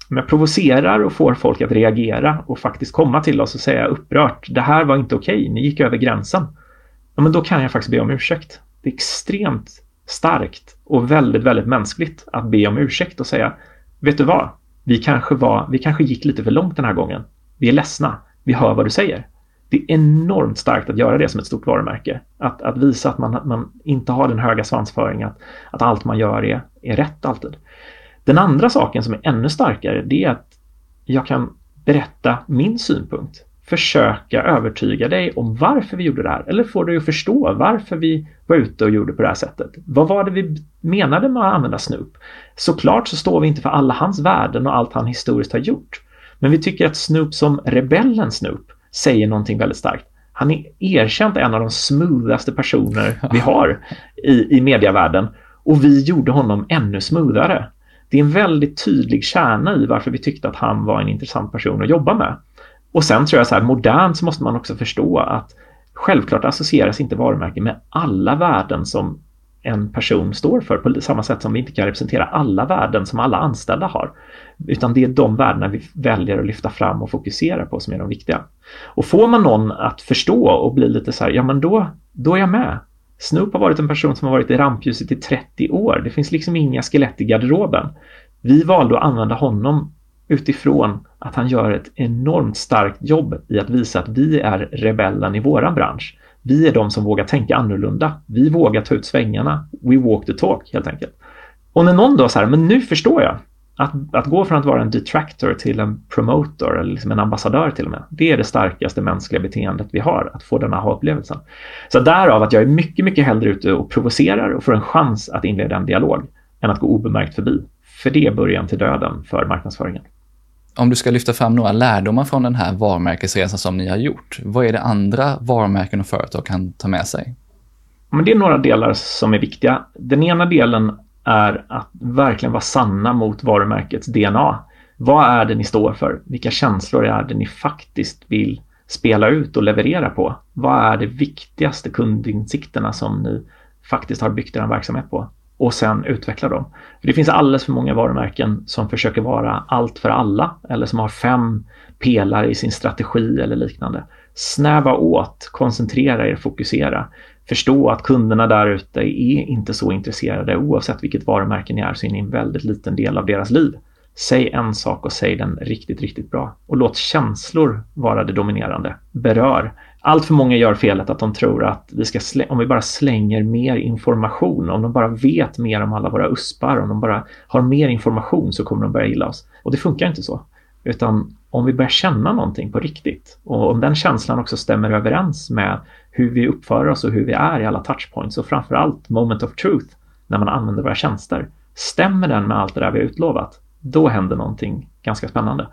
om jag provocerar och får folk att reagera och faktiskt komma till oss och säga upprört, det här var inte okej, ni gick över gränsen. Ja, men då kan jag faktiskt be om ursäkt. Det är extremt starkt och väldigt, väldigt mänskligt att be om ursäkt och säga, vet du vad? Vi kanske, var, vi kanske gick lite för långt den här gången. Vi är ledsna. Vi hör vad du säger. Det är enormt starkt att göra det som ett stort varumärke. Att, att visa att man, man inte har den höga svansföringen. Att, att allt man gör är, är rätt alltid. Den andra saken som är ännu starkare, det är att jag kan berätta min synpunkt. Försöka övertyga dig om varför vi gjorde det här. Eller få dig att förstå varför vi var ute och gjorde på det här sättet. Vad var det vi menade med att använda Snoop? Såklart så står vi inte för alla hans värden och allt han historiskt har gjort. Men vi tycker att Snoop som rebellen Snoop säger någonting väldigt starkt. Han är erkänt en av de smoothaste personer vi har i, i medievärlden. Och vi gjorde honom ännu smoothare. Det är en väldigt tydlig kärna i varför vi tyckte att han var en intressant person att jobba med. Och sen tror jag så här, modernt så måste man också förstå att självklart associeras inte varumärken med alla värden som en person står för, på samma sätt som vi inte kan representera alla värden som alla anställda har. Utan det är de värdena vi väljer att lyfta fram och fokusera på som är de viktiga. Och får man någon att förstå och bli lite så här, ja men då, då är jag med. Snoop har varit en person som har varit i rampljuset i trettio år. Det finns liksom inga skelett i garderoben. Vi valde att använda honom utifrån att han gör ett enormt starkt jobb i att visa att vi är rebellen i våran bransch. Vi är de som vågar tänka annorlunda. Vi vågar ta ut svängarna. We walk the talk helt enkelt. Och när någon då så här, men nu förstår jag att, att gå från att vara en detractor till en promotor eller liksom en ambassadör till och med. Det är det starkaste mänskliga beteendet vi har, att få den här upplevelsen. Så därav att jag är mycket, mycket hellre ute och provocerar och får en chans att inleda en dialog än att gå obemärkt förbi. För det är början till döden för marknadsföringen. Om du ska lyfta fram några lärdomar från den här varumärkesresan som ni har gjort, vad är det andra varumärken och företag kan ta med sig? Men det är några delar som är viktiga. Den ena delen är att verkligen vara sanna mot varumärkets D N A. Vad är det ni står för? Vilka känslor är det ni faktiskt vill spela ut och leverera på? Vad är det viktigaste kundinsikterna som ni faktiskt har byggt er verksamhet på? Och sen utveckla dem. För det finns alldeles för många varumärken som försöker vara allt för alla. Eller som har fem pelare i sin strategi eller liknande. Snäva åt, koncentrera er, fokusera. Förstå att kunderna där ute är inte så intresserade. Oavsett vilket varumärke ni är så är ni en väldigt liten del av deras liv. Säg en sak och säg den riktigt, riktigt bra. Och låt känslor vara det dominerande. Berör. Allt för många gör felet att de tror att vi ska slä- om vi bara slänger mer information, om de bara vet mer om alla våra uspar, om de bara har mer information så kommer de börja gilla oss. Och det funkar inte så. Utan om vi börjar känna någonting på riktigt och om den känslan också stämmer överens med hur vi uppför oss och hur vi är i alla touchpoints och framförallt moment of truth när man använder våra tjänster. Stämmer den med allt det där vi har utlovat? Då händer någonting ganska spännande.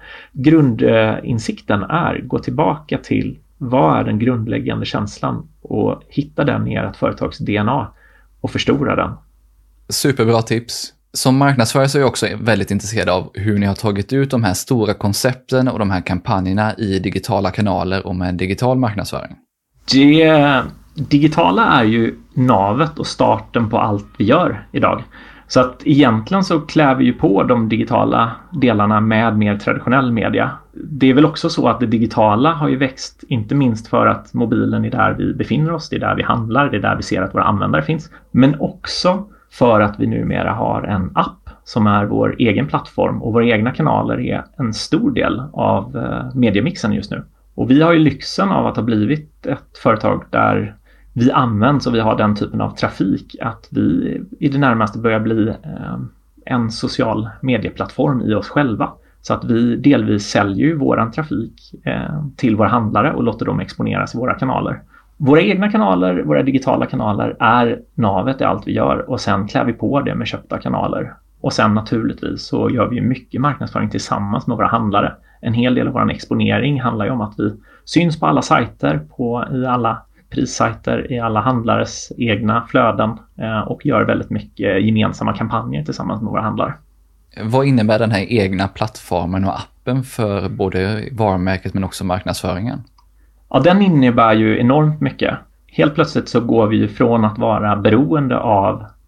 Grundinsikten är gå tillbaka till vad är den grundläggande känslan och hitta den i ert företags D N A och förstora den. Superbra tips. Som marknadsförare så är jag också väldigt intresserad av hur ni har tagit ut de här stora koncepten och de här kampanjerna i digitala kanaler och med digital marknadsföring. Det digitala är ju navet och starten på allt vi gör idag. Så att egentligen så klär vi ju på de digitala delarna med mer traditionell media. Det är väl också så att det digitala har ju växt, inte minst för att mobilen är där vi befinner oss, det är där vi handlar, det är där vi ser att våra användare finns. Men också för att vi numera har en app som är vår egen plattform och våra egna kanaler är en stor del av mediemixen just nu. Och vi har ju lyxen av att ha blivit ett företag där vi används och vi har den typen av trafik att vi i det närmaste börjar bli eh, en social medieplattform i oss själva. Så att vi delvis säljer ju våran trafik eh, till våra handlare och låter dem exponeras i våra kanaler. Våra egna kanaler, våra digitala kanaler är navet i allt vi gör och sen klär vi på det med köpta kanaler. Och sen naturligtvis så gör vi mycket marknadsföring tillsammans med våra handlare. En hel del av vår exponering handlar ju om att vi syns på alla sajter, på, i alla prissajter, i alla handlares egna flöden eh, och gör väldigt mycket gemensamma kampanjer tillsammans med våra handlare. Vad innebär den här egna plattformen och appen för både varumärket men också marknadsföringen? Ja, den innebär ju enormt mycket. Helt plötsligt så går vi från att vara beroende av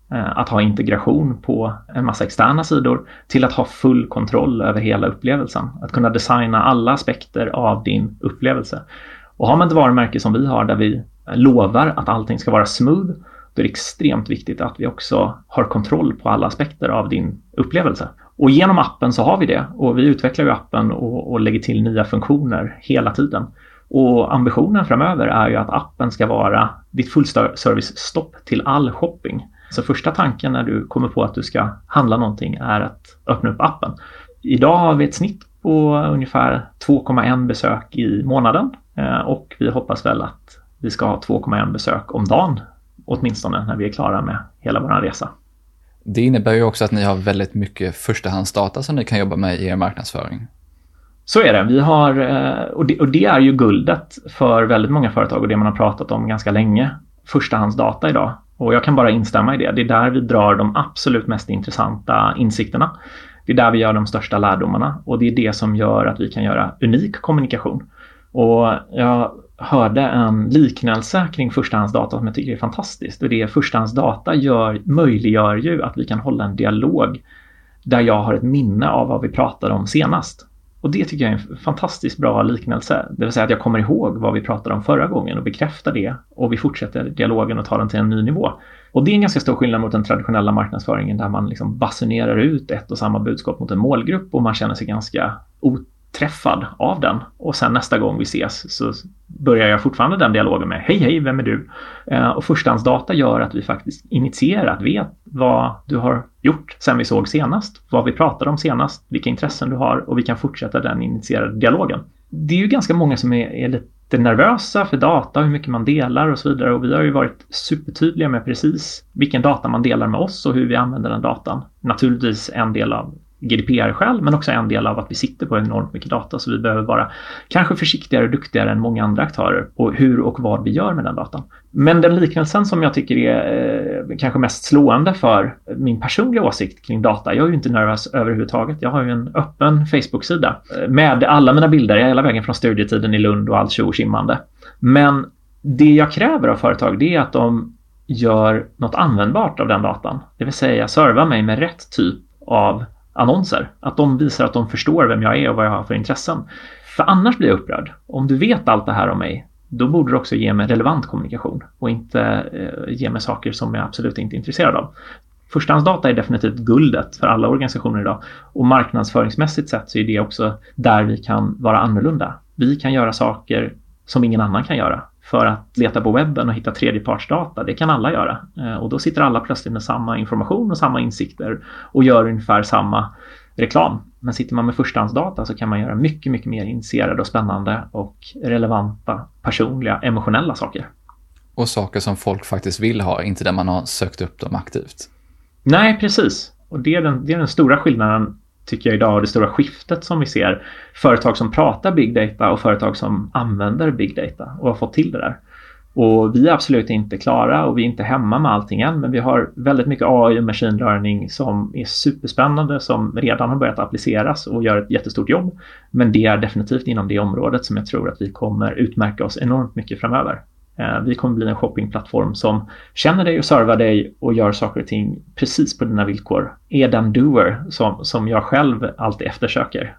att ha integration på en massa externa sidor till att ha full kontroll över hela upplevelsen. Att kunna designa alla aspekter av din upplevelse. Och har man ett varumärke som vi har där vi lovar att allting ska vara smooth, då är det extremt viktigt att vi också har kontroll på alla aspekter av din upplevelse. Och genom appen så har vi det, och vi utvecklar ju appen och, och lägger till nya funktioner hela tiden. Och ambitionen framöver är ju att appen ska vara ditt fullservice-stopp till all shopping. Så första tanken när du kommer på att du ska handla någonting är att öppna upp appen. Idag har vi ett snitt på ungefär två komma ett besök i månaden, och vi hoppas väl att vi ska ha två komma ett besök om dagen åtminstone när vi är klara med hela vår resa. Det innebär ju också att ni har väldigt mycket förstahandsdata som ni kan jobba med i er marknadsföring. Så är det. Vi har, och det, och det är ju guldet för väldigt många företag och det man har pratat om ganska länge. Förstahandsdata idag. Och jag kan bara instämma i det. Det är där vi drar de absolut mest intressanta insikterna. Det är där vi gör de största lärdomarna. Och det är det som gör att vi kan göra unik kommunikation. Och jag hörde en liknelse kring förstahandsdata som jag tycker är fantastiskt. Och det är förstahandsdata gör, möjliggör ju att vi kan hålla en dialog där jag har ett minne av vad vi pratade om senast. Och det tycker jag är en fantastiskt bra liknelse. Det vill säga att jag kommer ihåg vad vi pratade om förra gången och bekräftar det. Och vi fortsätter dialogen och tar den till en ny nivå. Och det är en ganska stor skillnad mot den traditionella marknadsföringen där man liksom basunerar ut ett och samma budskap mot en målgrupp och man känner sig ganska oträffad av den. Och sen nästa gång vi ses så börjar jag fortfarande den dialogen med hej hej, vem är du? Eh, och förstahandsdata gör att vi faktiskt initierat vet vad du har gjort sen vi såg senast, vad vi pratade om senast, vilka intressen du har, och vi kan fortsätta den initierade dialogen. Det är ju ganska många som är, är lite nervösa för data, hur mycket man delar och så vidare, och vi har ju varit supertydliga med precis vilken data man delar med oss och hur vi använder den datan. Naturligtvis en del av G D P R-skäl, men också en del av att vi sitter på enormt mycket data, så vi behöver vara kanske försiktigare och duktigare än många andra aktörer på hur och vad vi gör med den datan. Men den liknelsen som jag tycker är eh, kanske mest slående för min personliga åsikt kring data, jag är ju inte nervös överhuvudtaget. Jag har ju en öppen Facebook-sida med alla mina bilder hela vägen från studietiden i Lund och allt tjo och skimmande. Men det jag kräver av företag, det är att de gör något användbart av den datan. Det vill säga serva mig med rätt typ av annonser. Att de visar att de förstår vem jag är och vad jag har för intressen. För annars blir jag upprörd. Om du vet allt det här om mig, då borde du också ge mig relevant kommunikation och inte eh, ge mig saker som jag absolut inte är intresserad av. Förstahandsdata är definitivt guldet för alla organisationer idag. Och marknadsföringsmässigt sett så är det också där vi kan vara annorlunda. Vi kan göra saker som ingen annan kan göra. För att leta på webben och hitta tredjepartsdata, det kan alla göra. Och då sitter alla plötsligt med samma information och samma insikter och gör ungefär samma reklam. Men sitter man med förstahandsdata så kan man göra mycket, mycket mer initierade och spännande och relevanta, personliga, emotionella saker. Och saker som folk faktiskt vill ha, inte där man har sökt upp dem aktivt. Nej, precis. Och det är den, det är den stora skillnaden tycker jag idag, och det stora skiftet som vi ser. Företag som pratar big data och företag som använder big data och har fått till det där. Och vi är absolut inte klara och vi är inte hemma med allting än, men vi har väldigt mycket A I och machine learning som är superspännande, som redan har börjat appliceras och gör ett jättestort jobb. Men det är definitivt inom det området som jag tror att vi kommer utmärka oss enormt mycket framöver. Vi kommer bli en shoppingplattform som känner dig och servar dig och gör saker och ting precis på dina villkor. Är den doer som, som jag själv alltid eftersöker.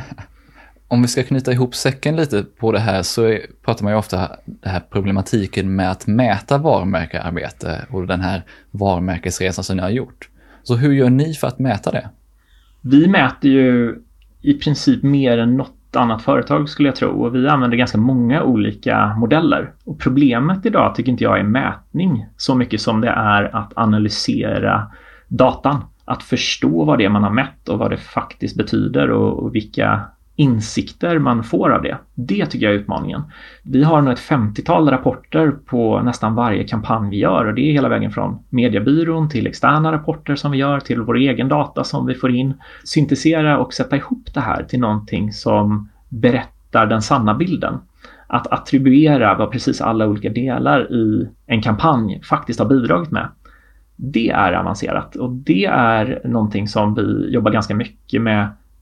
Om vi ska knyta ihop säcken lite på det här så är, pratar man ju ofta det här problematiken med att mäta varumärkearbete och den här varumärkesresan som ni har gjort. Så hur gör ni för att mäta det? Vi mäter ju i princip mer än något annat företag skulle jag tro, och vi använder ganska många olika modeller. Och problemet idag tycker inte jag är mätning så mycket som det är att analysera datan. Att förstå vad det är man har mätt och vad det faktiskt betyder och, och vilka insikter man får av det. Det tycker jag är utmaningen. Vi har nog ett femtiotal rapporter på nästan varje kampanj vi gör, och det är hela vägen från mediebyrån till externa rapporter som vi gör till vår egen data som vi får in. Syntesera och sätta ihop det här till någonting som berättar den sanna bilden. Att attribuera vad precis alla olika delar i en kampanj faktiskt har bidragit med. Det är avancerat, och det är någonting som vi jobbar ganska mycket med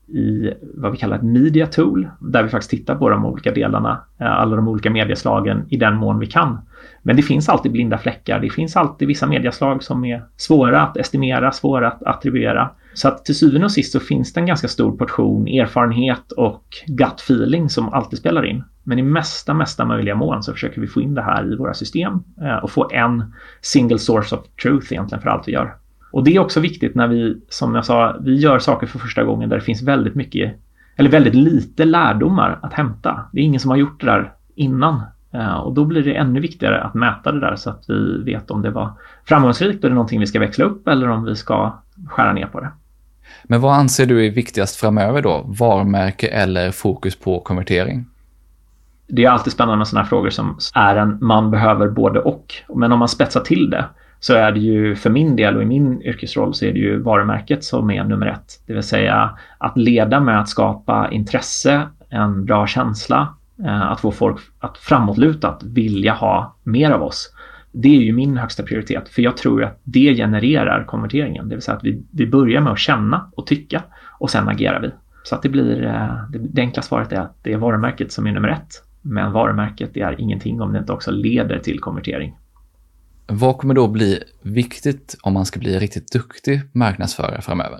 i vad vi kallar ett media tool, där vi faktiskt tittar på de olika delarna, alla de olika medieslagen i den mån vi kan. Men det finns alltid blinda fläckar. Det finns alltid vissa medieslag som är svåra att estimera, svåra att attribuera. Så att till syvende och sist så finns det en ganska stor portion erfarenhet och gut feeling som alltid spelar in. Men i mesta, mesta möjliga mån så försöker vi få in det här i våra system och få en single source of truth egentligen för allt vi gör. Och det är också viktigt när vi, som jag sa, vi gör saker för första gången där det finns väldigt mycket, eller väldigt lite lärdomar att hämta. Det är ingen som har gjort det där innan. Och då blir det ännu viktigare att mäta det där så att vi vet om det var framgångsrikt och det är någonting vi ska växla upp eller om vi ska skära ner på det. Men vad anser du är viktigast framöver då? Varumärke eller fokus på konvertering? Det är alltid spännande med sådana här frågor som är en man behöver både och. Men om man spetsar till det så är det ju för min del och i min yrkesroll så är det ju varumärket som är nummer ett. Det vill säga att leda med att skapa intresse, en bra känsla, att få folk att framåtlutat vilja ha mer av oss. Det är ju min högsta prioritet, för jag tror att det genererar konverteringen. Det vill säga att vi, vi börjar med att känna och tycka och sen agerar vi. Så att det blir, det, det enkla svaret är att det är varumärket som är nummer ett. Men varumärket det är ingenting om det inte också leder till konvertering. Vad kommer då bli viktigt om man ska bli riktigt duktig marknadsförare framöver?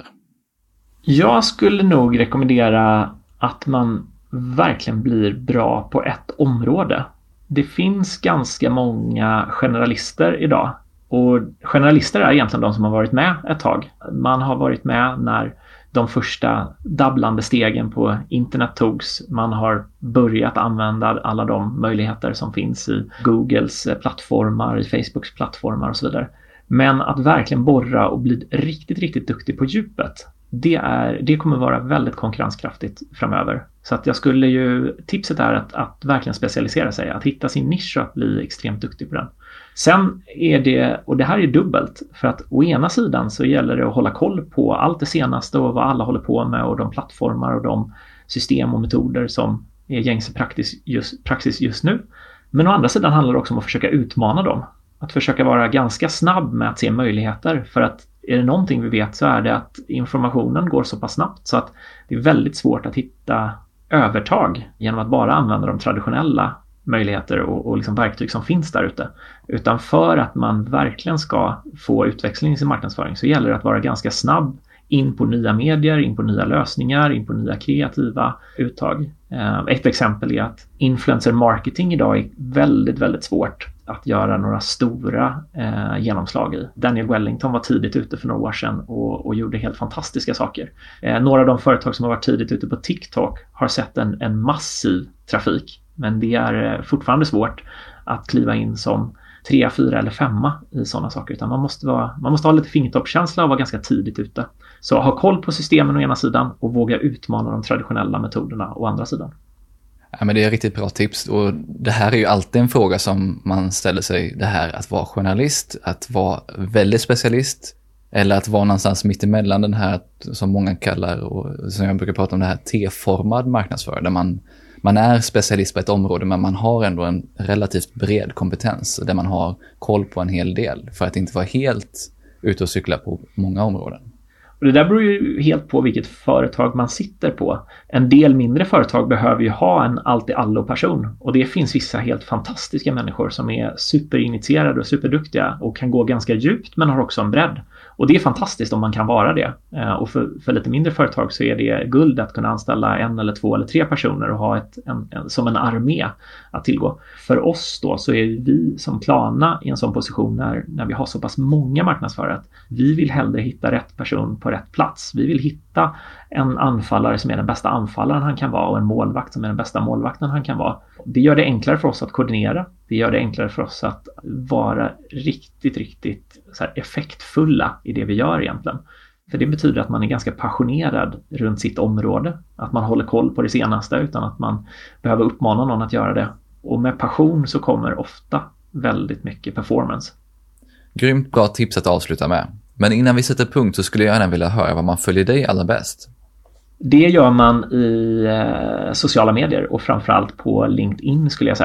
Jag skulle nog rekommendera att man verkligen blir bra på ett område. Det finns ganska många generalister idag. Och generalister är egentligen de som har varit med ett tag. Man har varit med när de första dabblande stegen på internet togs. Man har börjat använda alla de möjligheter som finns i Googles plattformar, i Facebooks plattformar och så vidare. Men att verkligen borra och bli riktigt, riktigt duktig på djupet, det, är, det kommer vara väldigt konkurrenskraftigt framöver. Så att jag skulle ju, tipset är att, att verkligen specialisera sig, att hitta sin nisch och att bli extremt duktig på den. Sen är det, och det här är dubbelt, för att å ena sidan så gäller det att hålla koll på allt det senaste och vad alla håller på med och de plattformar och de system och metoder som är gängse praxis just, praxis just nu. Men å andra sidan handlar det också om att försöka utmana dem. Att försöka vara ganska snabb med att se möjligheter, för att är det någonting vi vet så är det att informationen går så pass snabbt så att det är väldigt svårt att hitta övertag genom att bara använda de traditionella möjligheter och, och liksom verktyg som finns där ute. Utan för att man verkligen ska få utväxling i sin marknadsföring så gäller det att vara ganska snabb in på nya medier, in på nya lösningar, in på nya kreativa uttag. Ett exempel är att influencer marketing idag är väldigt, väldigt svårt att göra några stora eh, genomslag i. Daniel Wellington var tidigt ute för några år sedan och, och gjorde helt fantastiska saker. Eh, några av de företag som har varit tidigt ute på TikTok har sett en, en massiv trafik. Men det är fortfarande svårt att kliva in som tre, fyra eller femma i sådana saker. Utan man måste, vara, man måste ha lite fingertoppskänsla och vara ganska tidigt ute. Så ha koll på systemen å ena sidan och våga utmana de traditionella metoderna å andra sidan. Ja, men det är riktigt bra tips, och det här är ju alltid en fråga som man ställer sig, det här att vara journalist, att vara väldigt specialist eller att vara någonstans mitt emellan den här som många kallar, och som jag brukar prata om, det här T-formad marknadsförare, där man, man är specialist på ett område men man har ändå en relativt bred kompetens där man har koll på en hel del för att inte vara helt ute och cykla på många områden. Och det där beror ju helt på vilket företag man sitter på. En del mindre företag behöver ju ha en allt-i-allo-person. Och det finns vissa helt fantastiska människor som är superinitierade och superduktiga och kan gå ganska djupt men har också en bredd. Och det är fantastiskt om man kan vara det. Och för, för lite mindre företag så är det guld att kunna anställa en eller två eller tre personer och ha ett, en, en, som en armé att tillgå. För oss då så är vi som Klarna i en sån position när, när vi har så pass många marknadsförare att vi vill hellre hitta rätt person på rätt plats. Vi vill hitta en anfallare som är den bästa anfallaren han kan vara och en målvakt som är den bästa målvakten han kan vara. Det gör det enklare för oss att koordinera. Det gör det enklare för oss att vara riktigt, riktigt så här effektfulla i det vi gör egentligen. För det betyder att man är ganska passionerad runt sitt område. Att man håller koll på det senaste utan att man behöver uppmana någon att göra det. Och med passion så kommer ofta väldigt mycket performance. Grymt bra tips att avsluta med. Men innan vi sätter punkt så skulle jag gärna vilja höra vad man följer dig allra bäst. Det gör man i eh, sociala medier och framförallt på LinkedIn skulle jag säga.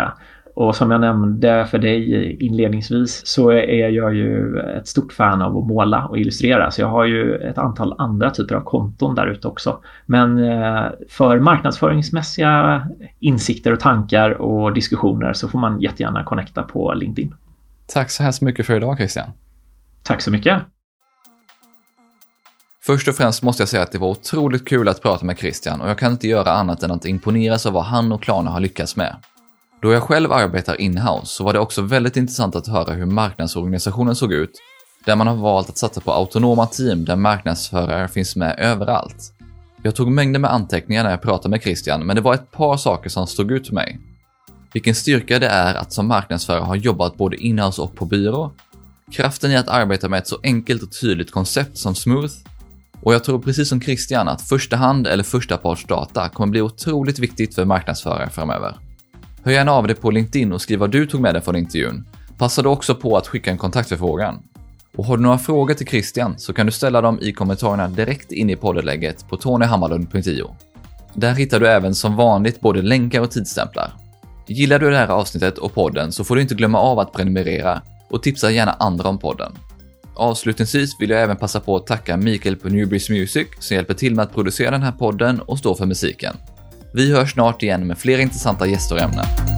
Och som jag nämnde för dig inledningsvis så är jag ju ett stort fan av att måla och illustrera. Så jag har ju ett antal andra typer av konton där ute också. Men för marknadsföringsmässiga insikter och tankar och diskussioner så får man jättegärna connecta på LinkedIn. Tack så hemskt mycket för idag, Christian. Tack så mycket. Först och främst måste jag säga att det var otroligt kul att prata med Christian och jag kan inte göra annat än att imponeras av vad han och Klarna har lyckats med. Då jag själv arbetar in-house så var det också väldigt intressant att höra hur marknadsorganisationen såg ut, där man har valt att satsa på autonoma team där marknadsförare finns med överallt. Jag tog mängder med anteckningar när jag pratade med Christian, men det var ett par saker som stod ut för mig. Vilken styrka det är att som marknadsförare ha jobbat både in-house och på byrå, kraften i att arbeta med ett så enkelt och tydligt koncept som Smooth, och jag tror precis som Christian att första hand eller första parts data kommer bli otroligt viktigt för marknadsförare framöver. Hör gärna av dig på LinkedIn och skriv vad du tog med dig från intervjun. Passa då också på att skicka en kontaktförfrågan. Och har du några frågor till Christian så kan du ställa dem i kommentarerna direkt in i poddlägget på tony hammarlund punkt io. Där hittar du även som vanligt både länkar och tidsstämplar. Gillar du det här avsnittet och podden så får du inte glömma av att prenumerera och tipsa gärna andra om podden. Avslutningsvis vill jag även passa på att tacka Mikael på Newbreeze Music som hjälper till med att producera den här podden och stå för musiken. Vi hörs snart igen med fler intressanta gäster och ämnen.